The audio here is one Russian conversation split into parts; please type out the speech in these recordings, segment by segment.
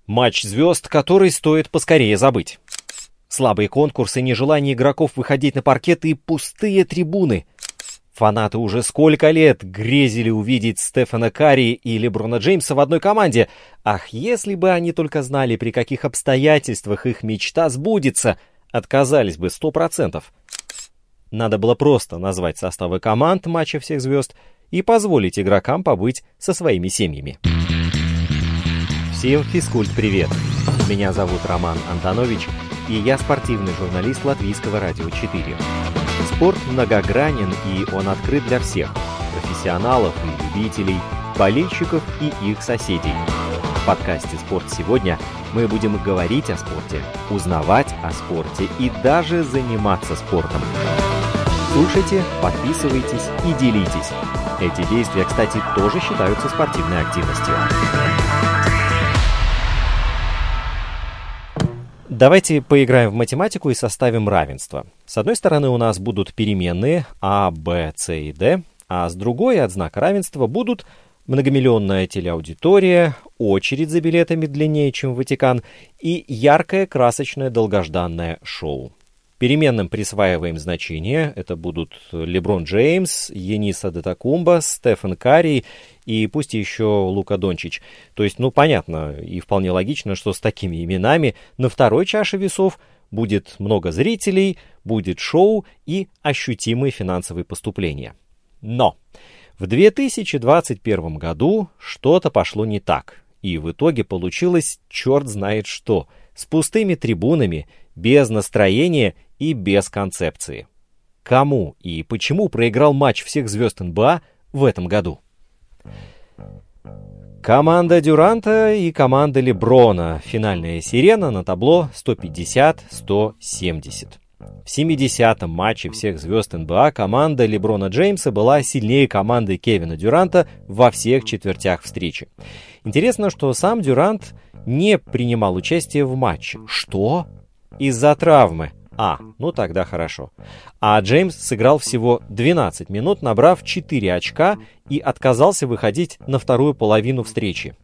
Матч звезд, который стоит поскорее забыть. Слабые конкурсы, нежелание игроков выходить на паркет и пустые трибуны. Фанаты уже сколько лет грезили увидеть Стефана Карри и Леброна Джеймса в одной команде. Ах, если бы они только знали, при каких обстоятельствах их мечта сбудется, отказались бы 100%. Надо было просто назвать составы команд матча всех звезд и позволить игрокам побыть со своими семьями. Всем физкульт-привет! Меня зовут Роман Антонович, и я спортивный журналист Латвийского радио 4. Спорт многогранен, и он открыт для всех – профессионалов и любителей, болельщиков и их соседей. В подкасте «Спорт сегодня» мы будем говорить о спорте, узнавать о спорте и даже заниматься спортом. Слушайте, подписывайтесь и делитесь. Эти действия, кстати, тоже считаются спортивной активностью. Давайте поиграем в математику и составим равенство. С одной стороны у нас будут переменные А, Б, С и Д, а с другой от знака равенства будут многомиллионная телеаудитория, очередь за билетами длиннее, чем в Ватикан, и яркое, красочное, долгожданное шоу. Переменным присваиваем значения. Это будут Леброн Джеймс, Янис Адетокумбо, Стефан Карри и пусть еще Лука Дончич. То есть, понятно и вполне логично, что с такими именами на второй чаше весов будет много зрителей, будет шоу и ощутимые финансовые поступления. Но в 2021 году что-то пошло не так, и в итоге получилось черт знает что, с пустыми трибунами, без настроения и без концепции. Кому и почему проиграл матч всех звезд НБА в этом году? Команда Дюранта и команда Леброна. Финальная сирена на табло 150-170. В 70-м матче всех звезд НБА команда Леброна Джеймса была сильнее команды Кевина Дюранта во всех четвертях встречи. Интересно, что сам Дюрант не принимал участие в матче. Что? Из-за травмы. Тогда хорошо. А Джеймс сыграл всего 12 минут, набрав 4 очка и отказался выходить на вторую половину встречи.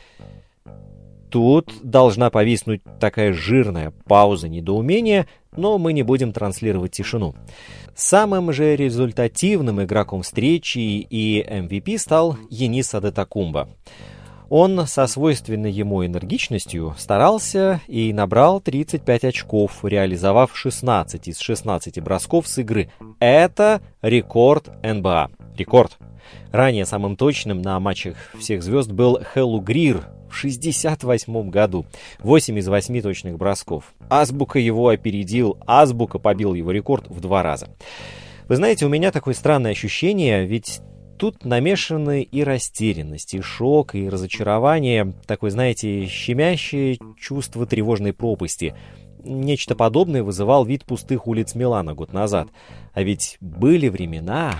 Тут должна повиснуть такая жирная пауза недоумения, но мы не будем транслировать тишину. Самым же результативным игроком встречи и MVP стал Янис Адетокумбо. Он со свойственной ему энергичностью старался и набрал 35 очков, реализовав 16 из 16 бросков с игры. Это рекорд НБА. Рекорд. Ранее самым точным на матчах всех звезд был Хелл Грир в 1968 году. 8 из 8 точных бросков. Азбука его опередил, Азбука побил его рекорд в 2 раза. Вы знаете, у меня такое странное ощущение, ведь тут намешаны и растерянность, и шок, и разочарование, такое, знаете, щемящее чувство тревожной пропасти. Нечто подобное вызывал вид пустых улиц Милана год назад. А ведь были времена...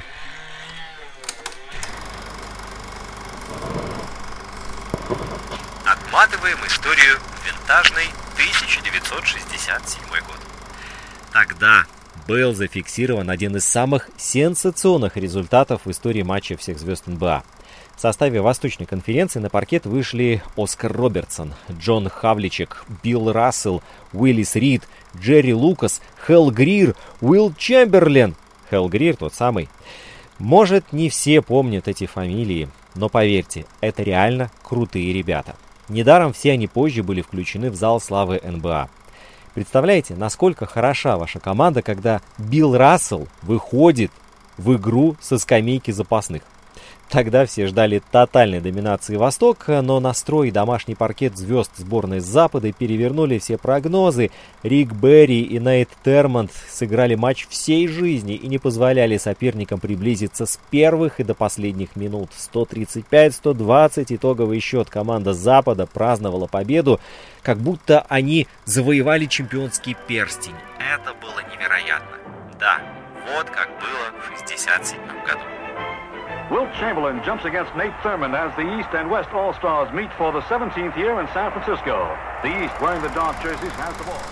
Отматываем историю в винтажный 1967 год. Тогда был зафиксирован один из самых сенсационных результатов в истории матча всех звезд НБА. В составе Восточной конференции на паркет вышли Оскар Робертсон, Джон Хавличек, Билл Рассел, Уиллис Рид, Джерри Лукас, Хелл Грир, Уилл Чемберлен. Хелл Грир тот самый. Может, не все помнят эти фамилии, но поверьте, это реально крутые ребята. Недаром все они позже были включены в зал славы НБА. Представляете, насколько хороша ваша команда, когда Билл Рассел выходит в игру со скамейки запасных. Тогда все ждали тотальной доминации Востока, но настрой и домашний паркет звезд сборной с Запада перевернули все прогнозы. Рик Берри и Нейт Термонт сыграли матч всей жизни и не позволяли соперникам приблизиться с первых и до последних минут. 135-120 итоговый счет. Команда Запада праздновала победу, как будто они завоевали чемпионский перстень. Это было невероятно. Да, вот как было в 1967 году. Wilt Chamberlain jumps against Nate Thurmond as the East and West All-Stars meet for the 17th year in San Francisco. The East, wearing the dark jerseys, has the ball.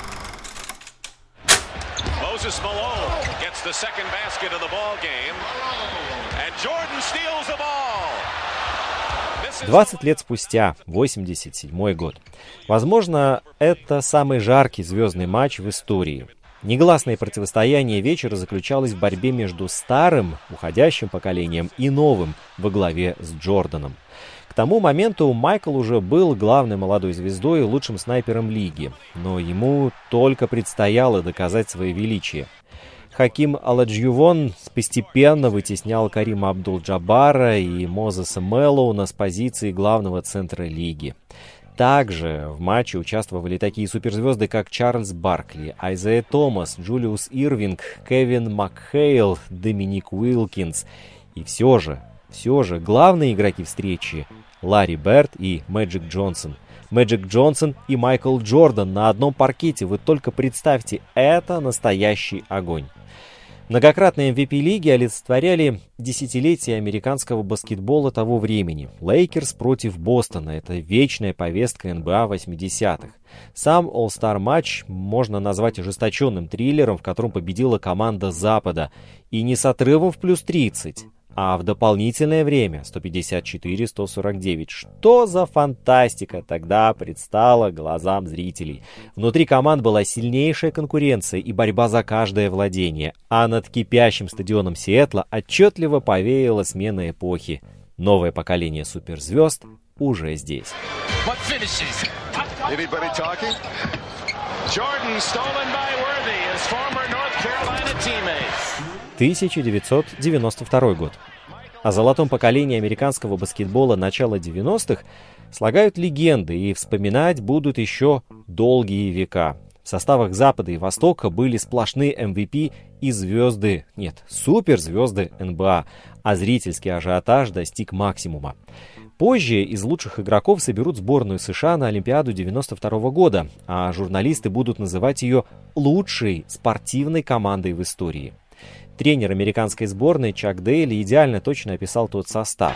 Moses Malone gets the second basket of the ball game. And Jordan steals the ball. 20 лет спустя, 87 год. Возможно, это самый жаркий звездный матч в истории. Негласное противостояние вечера заключалось в борьбе между старым, уходящим поколением и новым во главе с Джорданом. К тому моменту Майкл уже был главной молодой звездой и лучшим снайпером лиги, но ему только предстояло доказать свое величие. Хаким Оладжьювон постепенно вытеснял Карима Абдул-Джаббара и Мозеса Мэллоуна с позиции главного центра лиги. Также в матче участвовали такие суперзвезды, как Чарльз Баркли, Айзайя Томас, Джулиус Ирвинг, Кевин Макхейл, Доминик Уилкинс. И все же главные игроки встречи — Ларри Берд и Мэджик Джонсон. Мэджик Джонсон и Майкл Джордан на одном паркете. Вы только представьте, это настоящий огонь. Многократные MVP лиги олицетворяли десятилетия американского баскетбола того времени. Лейкерс против Бостона — это вечная повестка НБА 80-х. Сам All-Star матч можно назвать ожесточенным триллером, в котором победила команда Запада. И не с отрывом в плюс 30, а в дополнительное время 154-149. Что за фантастика тогда предстала глазам зрителей? Внутри команд была сильнейшая конкуренция и борьба за каждое владение, а над кипящим стадионом Сиэтла отчетливо повеяла смена эпохи. Новое поколение суперзвезд уже здесь. 1992 год. О золотом поколении американского баскетбола начала 90-х слагают легенды и вспоминать будут еще долгие века. В составах Запада и Востока были сплошные MVP и суперзвезды НБА, а зрительский ажиотаж достиг максимума. Позже из лучших игроков соберут сборную США на Олимпиаду 92 года, а журналисты будут называть ее лучшей спортивной командой в истории. Тренер американской сборной Чак Дейли идеально точно описал тот состав.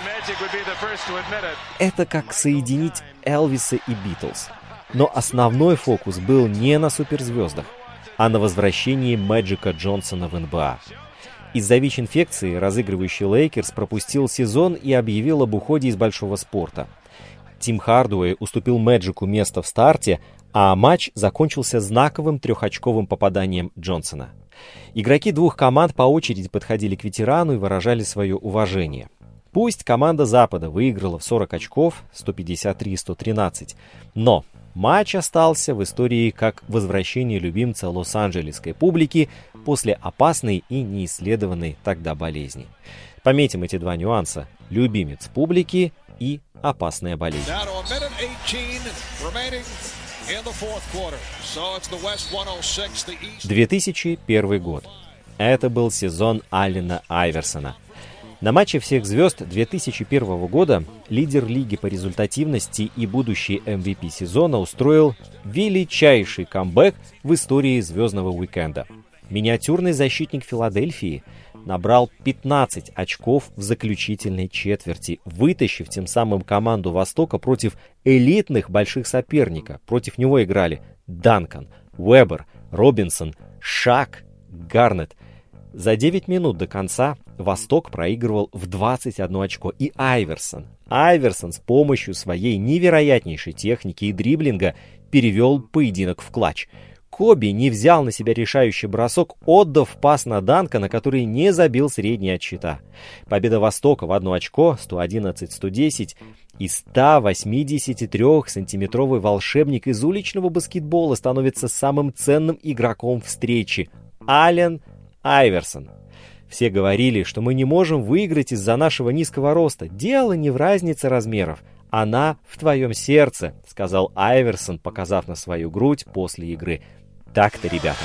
Это как соединить Элвиса и Битлз. Но основной фокус был не на суперзвездах, а на возвращении Мэджика Джонсона в НБА. Из-за ВИЧ-инфекции разыгрывающий Лейкерс пропустил сезон и объявил об уходе из большого спорта. Тим Хардуэй уступил Мэджику место в старте, а матч закончился знаковым трехочковым попаданием Джонсона. Игроки двух команд по очереди подходили к ветерану и выражали свое уважение. Пусть команда Запада выиграла в 40 очков, 153-113, но матч остался в истории как возвращение любимца лос-анджелесской публики после опасной и неисследованной тогда болезни. Пометим эти два нюанса: любимец публики и опасная болезнь. 2001 год. Это был сезон Аллена Айверсона. На матче всех звезд 2001 года лидер лиги по результативности и будущий MVP сезона устроил величайший камбэк в истории звездного уикенда. Миниатюрный защитник Филадельфии набрал 15 очков в заключительной четверти, вытащив тем самым команду Востока против элитных больших соперников. Против него играли Данкан, Уэбер, Робинсон, Шак, Гарнетт. За 9 минут до конца Восток проигрывал в 21 очко. И Айверсон с помощью своей невероятнейшей техники и дриблинга перевел поединок в клатч. Коби не взял на себя решающий бросок, отдав пас на Данкана, который не забил средний от щита. Победа Востока в 1 очко, 111-110, и 183-сантиметровый волшебник из уличного баскетбола становится самым ценным игроком встречи — Аллен Айверсон. Все говорили, что мы не можем выиграть из-за нашего низкого роста. Дело не в разнице размеров. Она в твоем сердце, сказал Айверсон, показав на свою грудь после игры. Так-то, ребята.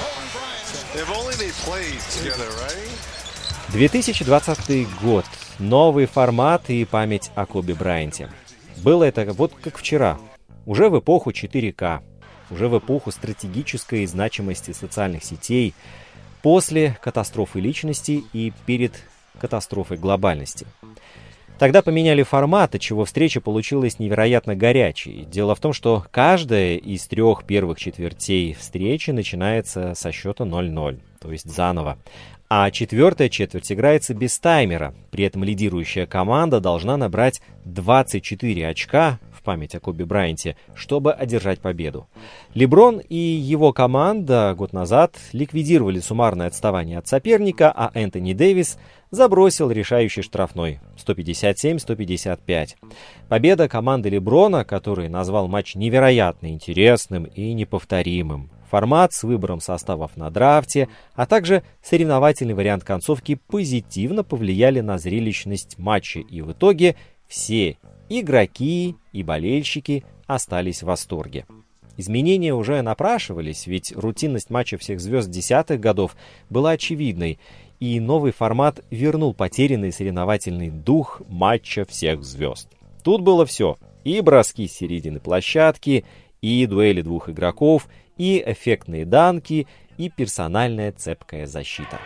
2020 год. Новый формат и память о Коби Брайанте. Было это вот как вчера. Уже в эпоху 4К. Уже в эпоху стратегической значимости социальных сетей. После катастрофы личности и перед катастрофой глобальности. Тогда поменяли формат, отчего встреча получилась невероятно горячей. Дело в том, что каждая из 3 первых четвертей встречи начинается со счета 0-0, то есть заново. А четвертая четверть играется без таймера. При этом лидирующая команда должна набрать 24 очка, в память о Коби Брайанте, чтобы одержать победу. Леброн и его команда год назад ликвидировали суммарное отставание от соперника, а Энтони Дэвис забросил решающий штрафной 157-155. Победа команды Леброна, который назвал матч невероятно интересным и неповторимым. Формат с выбором составов на драфте, а также соревновательный вариант концовки позитивно повлияли на зрелищность матча, и в итоге все игроки и болельщики остались в восторге. Изменения уже напрашивались, ведь рутинность матча всех звезд десятых годов была очевидной, и новый формат вернул потерянный соревновательный дух матча всех звезд. Тут было все: и броски с середины площадки, и дуэли двух игроков, и эффектные данки, и персональная цепкая защита.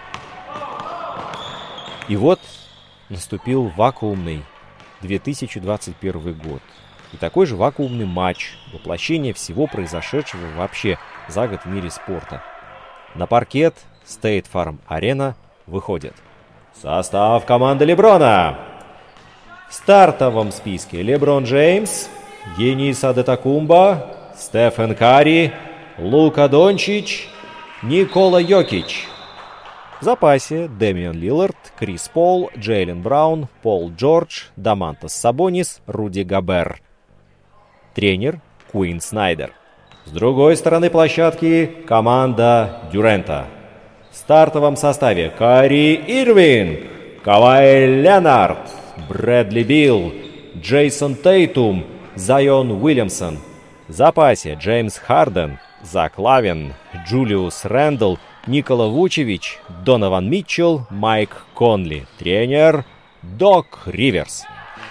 И вот наступил вакуумный 2021 год. И такой же вакуумный матч, воплощение всего произошедшего вообще за год в мире спорта. На паркет State Farm Arena выходит состав команды Леброна. В стартовом списке Леброн Джеймс, Янис Адетокумбо, Стефен Карри, Лука Дончич, Никола Йокич. В запасе Дэмиан Лиллард, Крис Пол, Джейлен Браун, Пол Джордж, Домантас Сабонис, Руди Гобер. Тренер Куин Снайдер. С другой стороны площадки команда Дюрента. В стартовом составе Кайри Ирвинг, Кавай Леонард, Брэдли Билл, Джейсон Тейтум, Зайон Уильямсон. В запасе Джеймс Харден, Зак Лавин, Джулиус Рэндалл, Никола Вучевич, Донован Митчелл, Майк Конли. Тренер Док Риверс.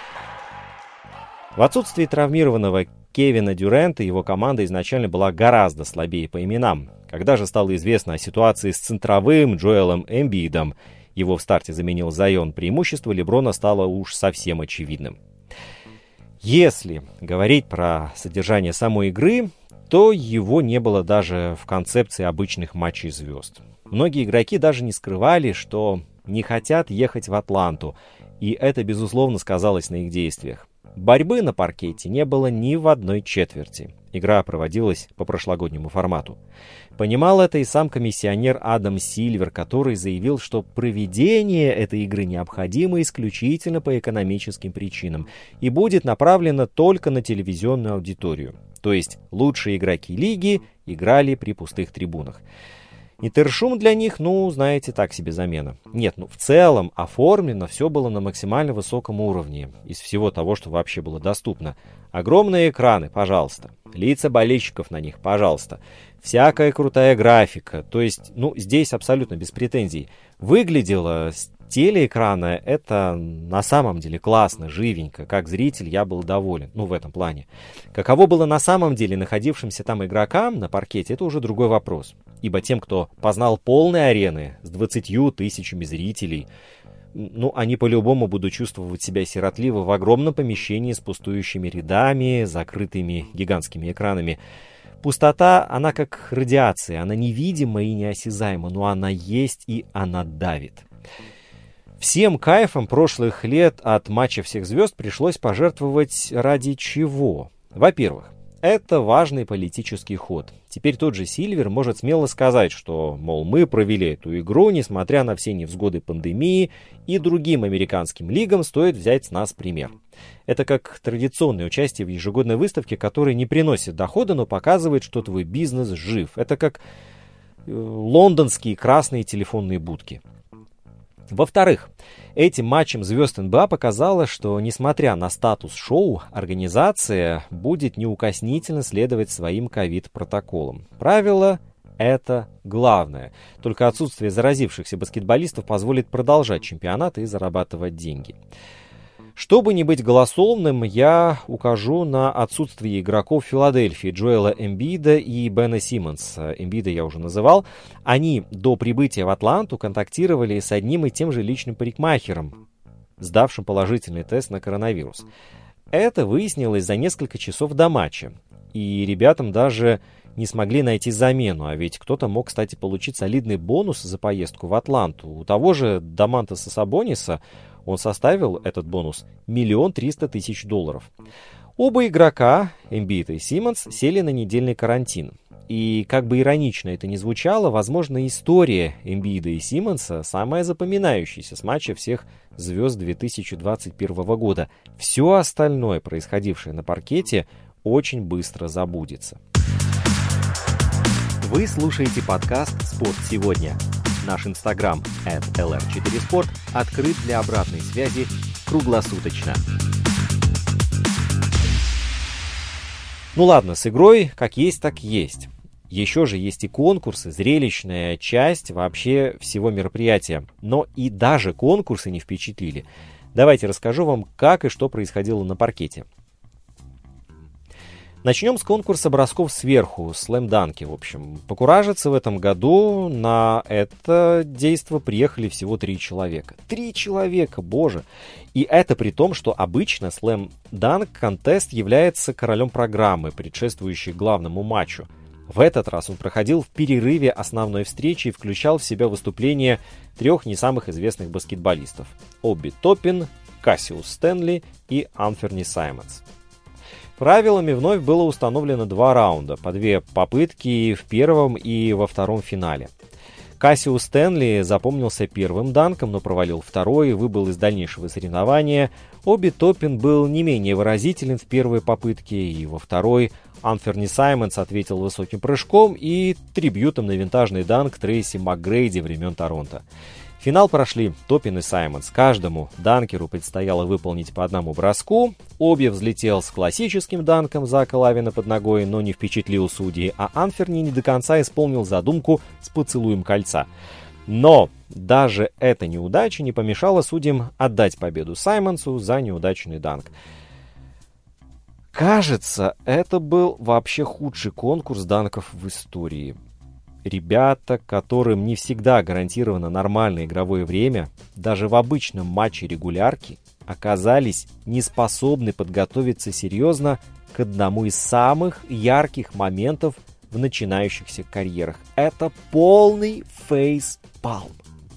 В отсутствии травмированного Кевина Дюрента его команда изначально была гораздо слабее по именам. Когда же стало известно о ситуации с центровым Джоэлом Эмбидом, его в старте заменил Зайон, преимущество Леброна стало уж совсем очевидным. Если говорить про содержание самой игры, то его не было даже в концепции обычных матчей звезд. Многие игроки даже не скрывали, что не хотят ехать в Атланту, и это, безусловно, сказалось на их действиях. Борьбы на паркете не было ни в одной четверти. Игра проводилась по прошлогоднему формату. Понимал это и сам комиссионер Адам Сильвер, который заявил, что проведение этой игры необходимо исключительно по экономическим причинам и будет направлено только на телевизионную аудиторию. То есть лучшие игроки лиги играли при пустых трибунах. Интершум для них, знаете, так себе замена. Нет, в целом оформлено все было на максимально высоком уровне из всего того, что вообще было доступно. Огромные экраны, пожалуйста. Лица болельщиков на них, пожалуйста. Всякая крутая графика. То есть, здесь абсолютно без претензий. Выглядело с телеэкрана это на самом деле классно, живенько. Как зритель я был доволен, в этом плане. Каково было на самом деле находившимся там игрокам на паркете, это уже другой вопрос. Ибо тем, кто познал полные арены с 20 тысячами зрителей, они по-любому будут чувствовать себя сиротливо в огромном помещении с пустующими рядами, закрытыми гигантскими экранами. Пустота, она как радиация, она невидима и неосязаема, но она есть и она давит. Всем кайфом прошлых лет от матча всех звезд пришлось пожертвовать ради чего? Во-первых, это важный политический ход. Теперь тот же Сильвер может смело сказать, что, мы провели эту игру, несмотря на все невзгоды пандемии, и другим американским лигам стоит взять с нас пример. Это как традиционное участие в ежегодной выставке, которая не приносит дохода, но показывает, что твой бизнес жив. Это как лондонские красные телефонные будки. Во-вторых, этим матчем звезд НБА показала, что, несмотря на статус шоу, организация будет неукоснительно следовать своим ковид-протоколам. Правило – это главное. Только отсутствие заразившихся баскетболистов позволит продолжать чемпионат и зарабатывать деньги. Чтобы не быть голословным, я укажу на отсутствие игроков Филадельфии Джоэла Эмбида и Бена Симмонса. Эмбида я уже называл. Они до прибытия в Атланту контактировали с одним и тем же личным парикмахером, сдавшим положительный тест на коронавирус. Это выяснилось за несколько часов до матча. И ребятам даже не смогли найти замену, а ведь кто-то мог, кстати, получить солидный бонус за поездку в Атланту. У того же Домантеса Сабониса он составил, этот бонус, $1 300 000. Оба игрока, Эмбит и Симмонс, сели на недельный карантин. И как бы иронично это ни звучало, возможно, история Эмбида и Симмонса самая запоминающаяся с матча всех звезд 2021 года. Все остальное, происходившее на паркете, очень быстро забудется. Вы слушаете подкаст «Спорт сегодня». Наш инстаграм @lr4sport открыт для обратной связи круглосуточно. Ну ладно, с игрой как есть, так есть. Еще же есть и конкурсы, зрелищная часть вообще всего мероприятия. Но и даже конкурсы не впечатлили. Давайте расскажу вам, как и что происходило на паркете. Начнем с конкурса бросков сверху, слэм-данки, в общем. Покуражиться в этом году на это действо приехали всего 3 человека. 3 человека, боже! И это при том, что обычно слэм-данк-контест является королем программы, предшествующей главному матчу. В этот раз он проходил в перерыве основной встречи и включал в себя выступления 3 не самых известных баскетболистов. Оби Топпин, Кассиус Стэнли и Анферни Саймонс. Правилами вновь было установлено 2 раунда, по 2 попытки в первом и во втором финале. Кассиус Стэнли запомнился первым данком, но провалил второй и выбыл из дальнейшего соревнования. Оби Топпин был не менее выразителен в первой попытке и во второй. Анферни Саймонс ответил высоким прыжком и трибьютом на винтажный данк Трейси МакГрейди времен Торонто. В финал прошли Топпин и Саймонс. Каждому данкеру предстояло выполнить по одному броску. Оби взлетел с классическим данком Зака Лавина под ногой, но не впечатлил судей, а Анферни не до конца исполнил задумку с поцелуем кольца. Но даже эта неудача не помешала судьям отдать победу Саймонсу за неудачный данк. Кажется, это был вообще худший конкурс данков в истории. Ребята, которым не всегда гарантировано нормальное игровое время, даже в обычном матче регулярки, оказались не способны подготовиться серьезно к одному из самых ярких моментов в начинающихся карьерах. Это полный фейспалм.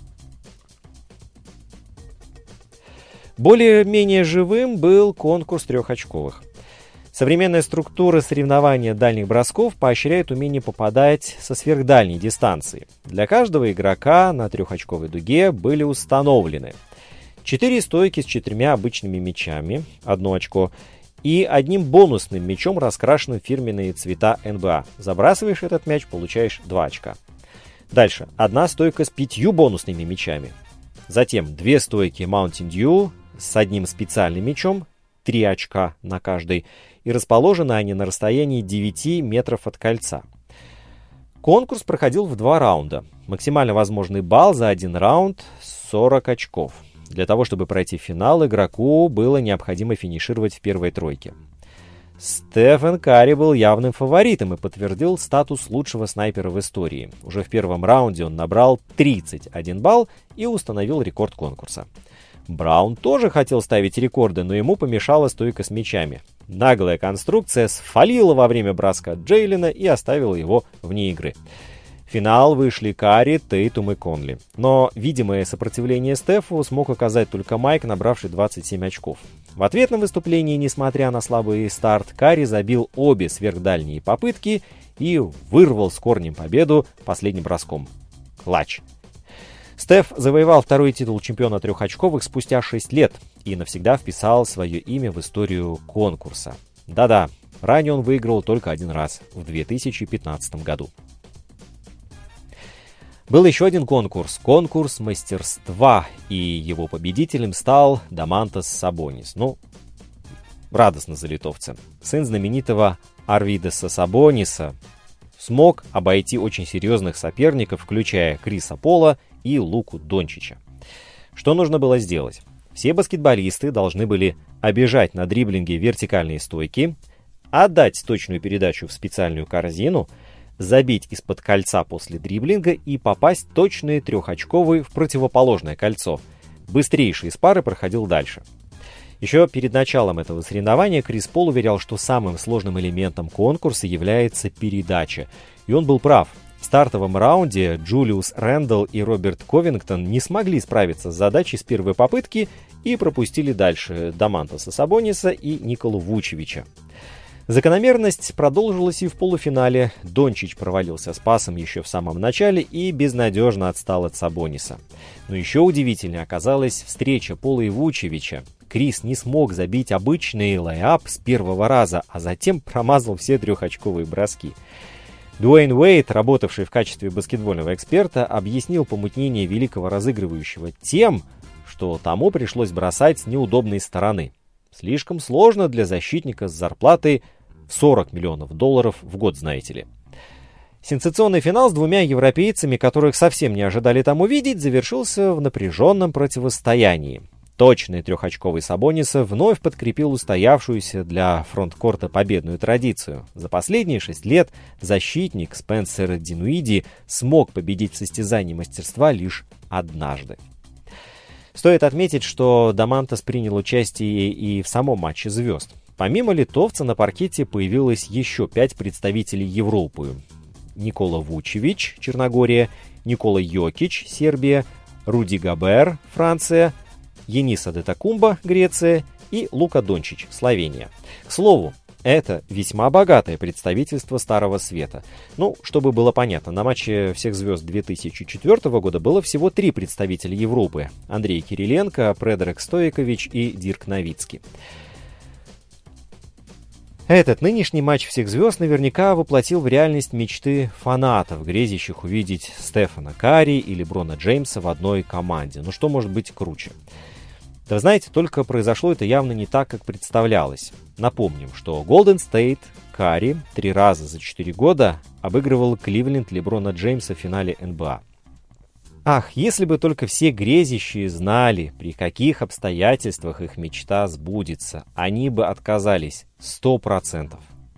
Более-менее живым был конкурс 3-очковых. Современная структура соревнования дальних бросков поощряет умение попадать со сверхдальней дистанции. Для каждого игрока на 3-очковой дуге были установлены 4 стойки с 4 обычными мячами, 1 очко, и 1 бонусным мячом, раскрашенным в фирменные цвета НБА. Забрасываешь этот мяч, получаешь 2 очка. Дальше 1 стойка с 5 бонусными мячами. Затем 2 стойки Mountain Dew с 1 специальным мячом, 3 очка на каждой, и расположены они на расстоянии 9 метров от кольца. Конкурс проходил в 2 раунда. Максимально возможный балл за 1 раунд – 40 очков. Для того, чтобы пройти финал, игроку было необходимо финишировать в первой тройке. Стефен Карри был явным фаворитом и подтвердил статус лучшего снайпера в истории. Уже в первом раунде он набрал 31 балл и установил рекорд конкурса. Браун тоже хотел ставить рекорды, но ему помешала стойка с мячами. Наглая конструкция сфалила во время броска Джейлина и оставила его вне игры. В финал вышли Карри, Тейтум и Конли. Но видимое сопротивление Стефу смог оказать только Майк, набравший 27 очков. В ответном выступлении, несмотря на слабый старт, Карри забил обе сверхдальние попытки и вырвал с корнем победу последним броском. Клатч. Стеф завоевал 2-й титул чемпиона 3-очковых спустя 6 лет и навсегда вписал свое имя в историю конкурса. Да-да, ранее он выиграл только 1 раз, в 2015 году. Был еще один конкурс мастерства, и его победителем стал Домантес Сабонис. Радостно за литовца. Сын знаменитого Арвидаса Сабониса смог обойти очень серьезных соперников, включая Криса Пола и Луку Дончича. Что нужно было сделать? Все баскетболисты должны были обежать на дриблинге вертикальные стойки, отдать точную передачу в специальную корзину, забить из-под кольца после дриблинга и попасть точные 3-очковые в противоположное кольцо. Быстрейший из пары проходил дальше. Еще перед началом этого соревнования Крис Пол уверял, что самым сложным элементом конкурса является передача. И он был прав. В стартовом раунде Джулиус Рэндалл и Роберт Ковингтон не смогли справиться с задачей с первой попытки и пропустили дальше Домантаса Сабониса и Николу Вучевича. Закономерность продолжилась и в полуфинале. Дончич провалился с пасом еще в самом начале и безнадежно отстал от Сабониса. Но еще удивительнее оказалась встреча Пола и Вучевича. Крис не смог забить обычный лейап с первого раза, а затем промазал все трехочковые броски. Дуэйн Уэйд, работавший в качестве баскетбольного эксперта, объяснил помутнение великого разыгрывающего тем, что тому пришлось бросать с неудобной стороны. Слишком сложно для защитника с зарплатой в $40 миллионов в год, знаете ли. Сенсационный финал с двумя европейцами, которых совсем не ожидали там увидеть, завершился в напряженном противостоянии. Точный трехочковый Сабониса вновь подкрепил устоявшуюся для фронткорта победную традицию. За последние 6 лет защитник Спенсер Динуиди смог победить в состязании мастерства лишь однажды. Стоит отметить, что Домантас принял участие и в самом матче звезд. Помимо литовца на паркете появилось еще 5 представителей Европы. Никола Вучевич, Черногория, Никола Йокич, Сербия, Руди Гобер, Франция, Янис Адетокумбо, Греция и Лука Дончич, Словения. К слову, это весьма богатое представительство Старого Света. Чтобы было понятно, на матче всех звезд 2004 года было всего 3 представителя Европы: Андрей Кириленко, Предрик Стоякович и Дирк Новицкий. Этот нынешний матч всех звезд наверняка воплотил в реальность мечты фанатов, грезящих увидеть Стефана Карри или Брона Джеймса в одной команде. Что может быть круче? Да, знаете, только произошло это явно не так, как представлялось. Напомним, что Golden State Карри 3 раза за 4 года обыгрывал Кливленд Леброна Джеймса в финале НБА. Ах, если бы только все грезящие знали, при каких обстоятельствах их мечта сбудется, они бы отказались 100%.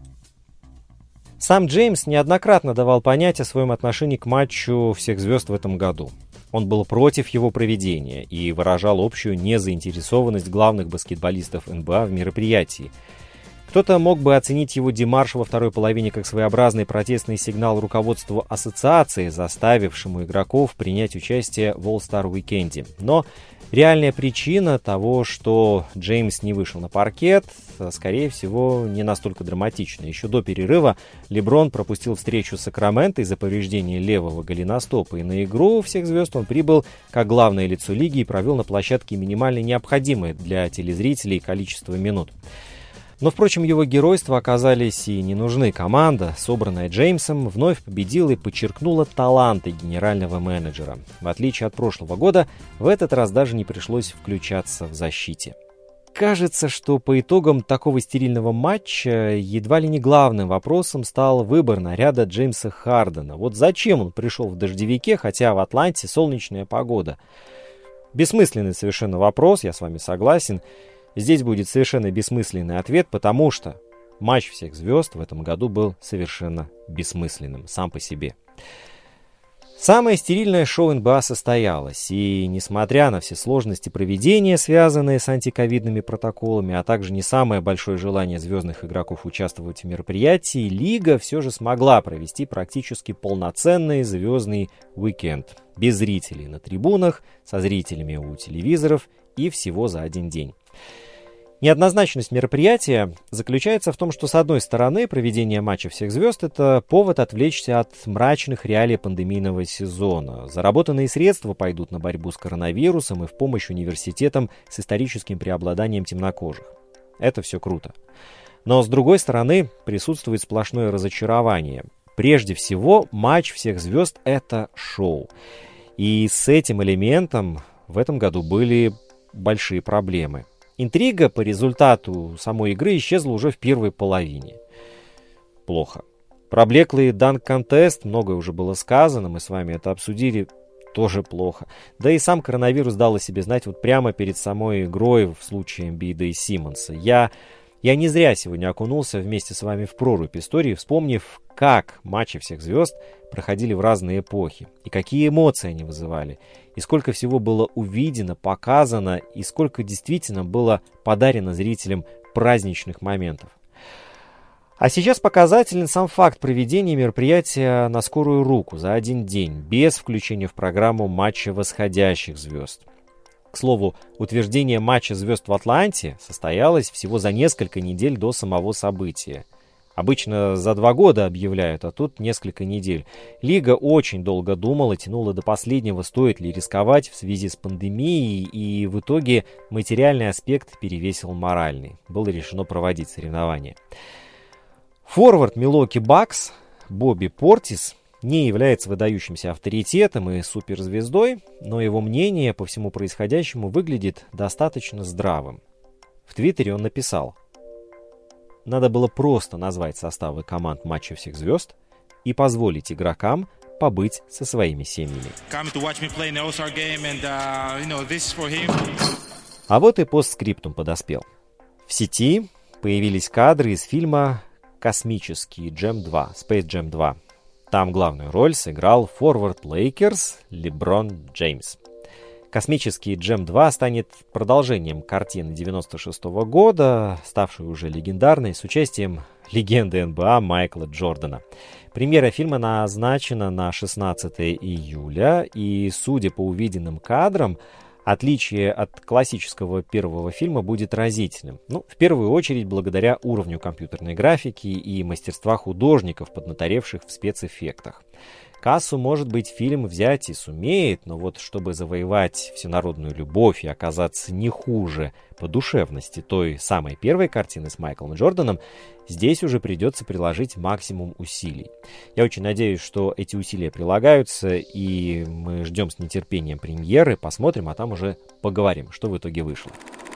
Сам Джеймс неоднократно давал понять о своем отношении к матчу всех звезд в этом году. Он был против его проведения и выражал общую незаинтересованность главных баскетболистов НБА в мероприятии. Кто-то мог бы оценить его демарш во второй половине как своеобразный протестный сигнал руководству ассоциации, заставившему игроков принять участие в All-Star Weekend. Но реальная причина того, что Джеймс не вышел на паркет, скорее всего, не настолько драматична. Еще до перерыва Леброн пропустил встречу с Сакраменто из-за повреждения левого голеностопа, и на игру всех звезд он прибыл как главное лицо лиги и провел на площадке минимально необходимое для телезрителей количество минут. Но, впрочем, его геройства оказались и не нужны. Команда, собранная Джеймсом, вновь победила и подчеркнула таланты генерального менеджера. В отличие от прошлого года, в этот раз даже не пришлось включаться в защите. Кажется, что по итогам такого стерильного матча едва ли не главным вопросом стал выбор наряда Джеймса Хардена. Вот зачем он пришел в дождевике, хотя в Атланте солнечная погода? Бессмысленный совершенно вопрос, я с вами согласен. Здесь будет совершенно бессмысленный ответ, потому что матч всех звезд в этом году был совершенно бессмысленным сам по себе. Самое стерильное шоу НБА состоялось, и несмотря на все сложности проведения, связанные с антиковидными протоколами, а также не самое большое желание звездных игроков участвовать в мероприятии, лига все же смогла провести практически полноценный звездный уикенд. Без зрителей на трибунах, со зрителями у телевизоров и всего за один день. Неоднозначность мероприятия заключается в том, что, с одной стороны, проведение матча всех звезд – это повод отвлечься от мрачных реалий пандемийного сезона. Заработанные средства пойдут на борьбу с коронавирусом и в помощь университетам с историческим преобладанием темнокожих. Это все круто. Но, с другой стороны, присутствует сплошное разочарование. Прежде всего, матч всех звезд – это шоу. И с этим элементом в этом году были большие проблемы. Интрига по результату самой игры исчезла уже в первой половине. Плохо. Про блеклый данк-контест многое уже было сказано, мы с вами это обсудили, тоже плохо. Да и сам коронавирус дал о себе знать вот прямо перед самой игрой в случае Эмбиида и Симмонса. Я Я не зря сегодня окунулся вместе с вами в прорубь истории, вспомнив, как матчи всех звезд проходили в разные эпохи, и какие эмоции они вызывали, и сколько всего было увидено, показано, и сколько действительно было подарено зрителям праздничных моментов. А сейчас показателен сам факт проведения мероприятия на скорую руку за один день, без включения в программу матча восходящих звезд. К слову, утверждение матча звезд в Атланте состоялось всего за несколько недель до самого события. Обычно за 2 года объявляют, а тут несколько недель. Лига очень долго думала, тянула до последнего, стоит ли рисковать в связи с пандемией, и в итоге материальный аспект перевесил моральный. Было решено проводить соревнования. Форвард Милуоки Бакс Бобби Портис не является выдающимся авторитетом и суперзвездой, но его мнение по всему происходящему выглядит достаточно здравым. В Твиттере он написал: «Надо было просто назвать составы команд матча всех звезд и позволить игрокам побыть со своими семьями». А вот и постскриптум подоспел. В сети появились кадры из фильма «Космический Джем 2», Space Jam 2. Там главную роль сыграл форвард Лейкерс Леброн Джеймс. «Космический Джем 2» станет продолжением картины 1996 года, ставшей уже легендарной, с участием легенды НБА Майкла Джордана. Премьера фильма назначена на 16 июля, и, судя по увиденным кадрам, отличие от классического первого фильма будет разительным. В первую очередь, благодаря уровню компьютерной графики и мастерства художников, поднаторевших в спецэффектах. Кассу, может быть, фильм взять и сумеет, но вот чтобы завоевать всенародную любовь и оказаться не хуже по душевности той самой первой картины с Майклом Джорданом, здесь уже придется приложить максимум усилий. Я очень надеюсь, что эти усилия прилагаются, и мы ждем с нетерпением премьеры, посмотрим, а там уже поговорим, что в итоге вышло.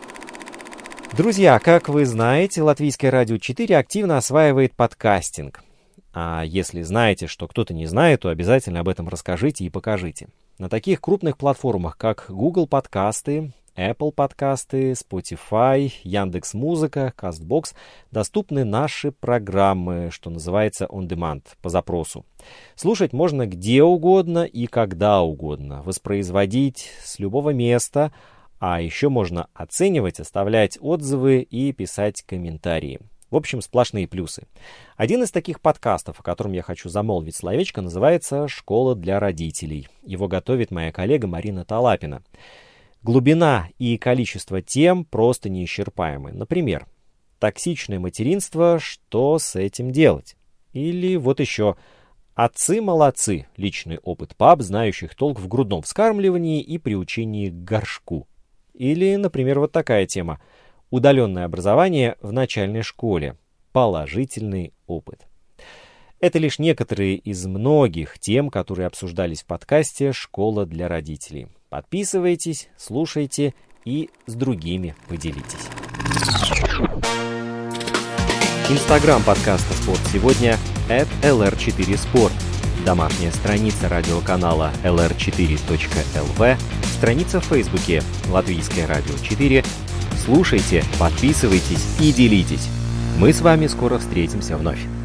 Друзья, как вы знаете, Латвийское радио 4 активно осваивает подкастинг. А если знаете, что кто-то не знает, то обязательно об этом расскажите и покажите. На таких крупных платформах, как Google подкасты, Apple подкасты, Spotify, Яндекс.Музыка, Castbox доступны наши программы, что называется on demand, по запросу. Слушать можно где угодно и когда угодно, воспроизводить с любого места, а еще можно оценивать, оставлять отзывы и писать комментарии. В общем, сплошные плюсы. Один из таких подкастов, о котором я хочу замолвить словечко, называется «Школа для родителей». Его готовит моя коллега Марина Талапина. Глубина и количество тем просто неисчерпаемы. Например, токсичное материнство, что с этим делать? Или вот еще «Отцы молодцы», личный опыт пап, знающих толк в грудном вскармливании и приучении к горшку. Или, например, вот такая тема: удаленное образование в начальной школе. Положительный опыт. Это лишь некоторые из многих тем, которые обсуждались в подкасте «Школа для родителей». Подписывайтесь, слушайте и с другими поделитесь. Инстаграм подкаста «Спорт сегодня» @LR4Sport. Домашняя страница радиоканала lr4.lv. Страница в Фейсбуке «Латвийское радио 4». Слушайте, подписывайтесь и делитесь. Мы с вами скоро встретимся вновь.